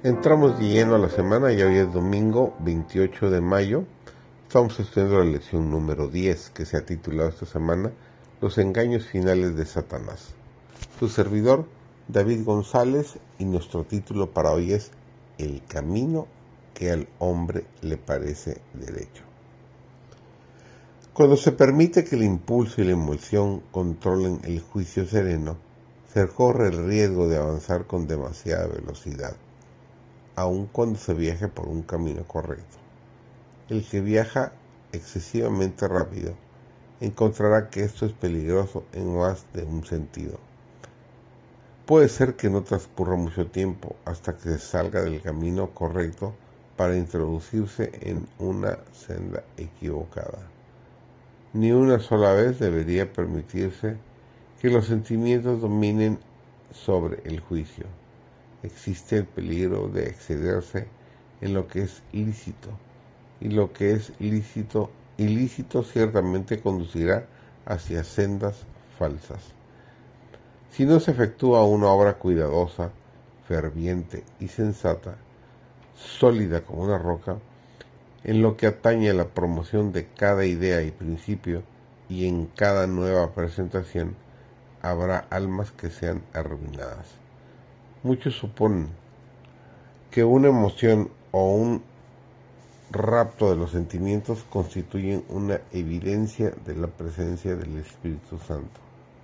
Entramos de lleno a la semana y hoy es domingo 28 de mayo. Estamos estudiando la lección número 10 que se ha titulado esta semana Los engaños finales de Satanás. Su servidor, David González, y nuestro título para hoy es El camino que al hombre le parece derecho. Cuando se permite que el impulso y la emoción controlen el juicio sereno, se corre el riesgo de avanzar con demasiada velocidad, aun cuando se viaje por un camino correcto. El que viaja excesivamente rápido encontrará que esto es peligroso en más de un sentido. Puede ser que no transcurra mucho tiempo hasta que se salga del camino correcto para introducirse en una senda equivocada. Ni una sola vez debería permitirse que los sentimientos dominen sobre el juicio. Existe el peligro de excederse en lo que es lícito, y lo que es ilícito ciertamente conducirá hacia sendas falsas. Si no se efectúa una obra cuidadosa, ferviente y sensata, sólida como una roca, en lo que atañe a la promoción de cada idea y principio, y en cada nueva presentación, habrá almas que sean arruinadas. Muchos suponen que una emoción o un rapto de los sentimientos constituyen una evidencia de la presencia del Espíritu Santo.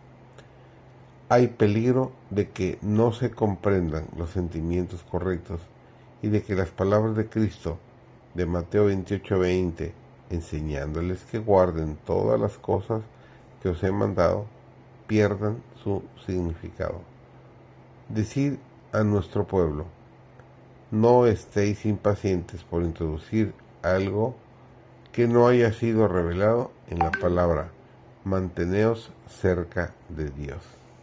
Hay peligro de que no se comprendan los sentimientos correctos y de que las palabras de Cristo de Mateo 28:20, enseñándoles que guarden todas las cosas que os he mandado, pierdan su significado. Decid a nuestro pueblo: no estéis impacientes por introducir algo que no haya sido revelado en la palabra. Manteneos cerca de Dios.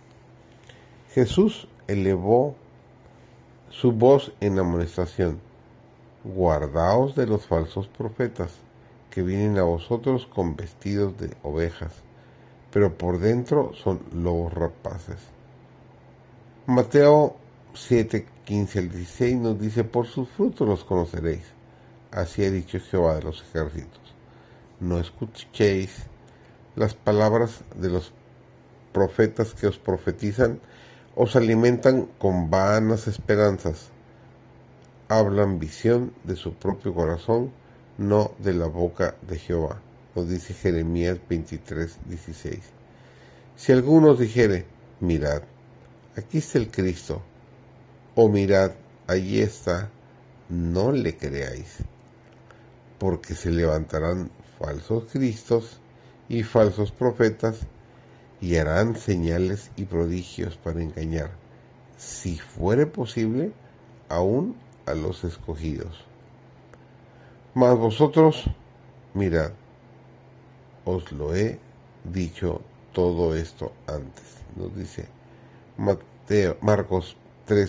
Jesús elevó su voz en amonestación: guardaos de los falsos profetas, que vienen a vosotros con vestidos de ovejas, pero por dentro son lobos rapaces. Mateo 7:15-16 nos dice: por sus frutos los conoceréis. Así ha dicho Jehová de los ejércitos. No escuchéis las palabras de los profetas que os profetizan, os alimentan con vanas esperanzas. Hablan visión de su propio corazón, no de la boca de Jehová. Nos dice Jeremías 23:16. Si alguno os dijere: mirad, aquí está el Cristo, o mirad, allí está, no le creáis, porque se levantarán falsos cristos y falsos profetas, y harán señales y prodigios para engañar, si fuere posible, aún a los escogidos. Mas vosotros, mirad, os lo he dicho todo esto antes, nos dice Marcos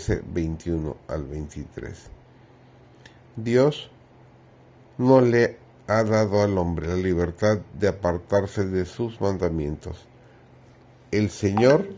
13:21-23. Dios no le ha dado al hombre la libertad de apartarse de sus mandamientos. El Señor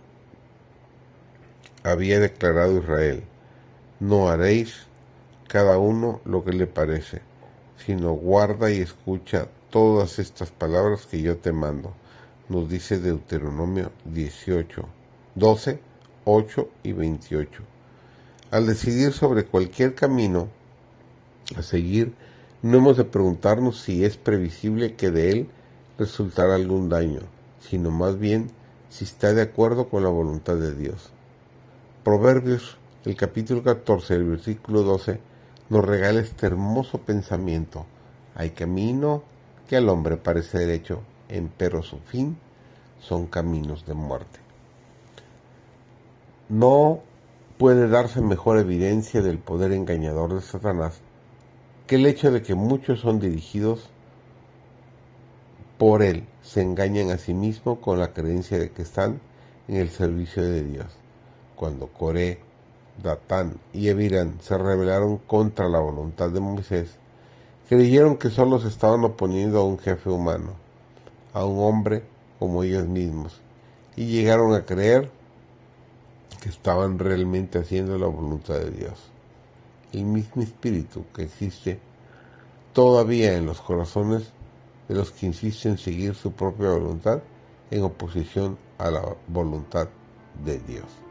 había declarado a Israel: no haréis cada uno lo que le parece, sino guarda y escucha todas estas palabras que yo te mando, nos dice Deuteronomio 12, 8 y 28. Al decidir sobre cualquier camino a seguir, no hemos de preguntarnos si es previsible que de él resultará algún daño, sino más bien si está de acuerdo con la voluntad de Dios. Proverbios, el capítulo 14, el versículo 12, nos regala este hermoso pensamiento: hay camino que al hombre parece derecho, empero su fin son caminos de muerte. No puede darse mejor evidencia del poder engañador de Satanás que el hecho de que muchos son dirigidos por él, se engañan a sí mismos con la creencia de que están en el servicio de Dios. Cuando Coré, Datán y Abirán se rebelaron contra la voluntad de Moisés, creyeron que solo se estaban oponiendo a un jefe humano, a un hombre como ellos mismos, y llegaron a creer que estaban realmente haciendo la voluntad de Dios. el mismo espíritu que existe todavía en los corazones de los que insisten en seguir su propia voluntad en oposición a la voluntad de Dios.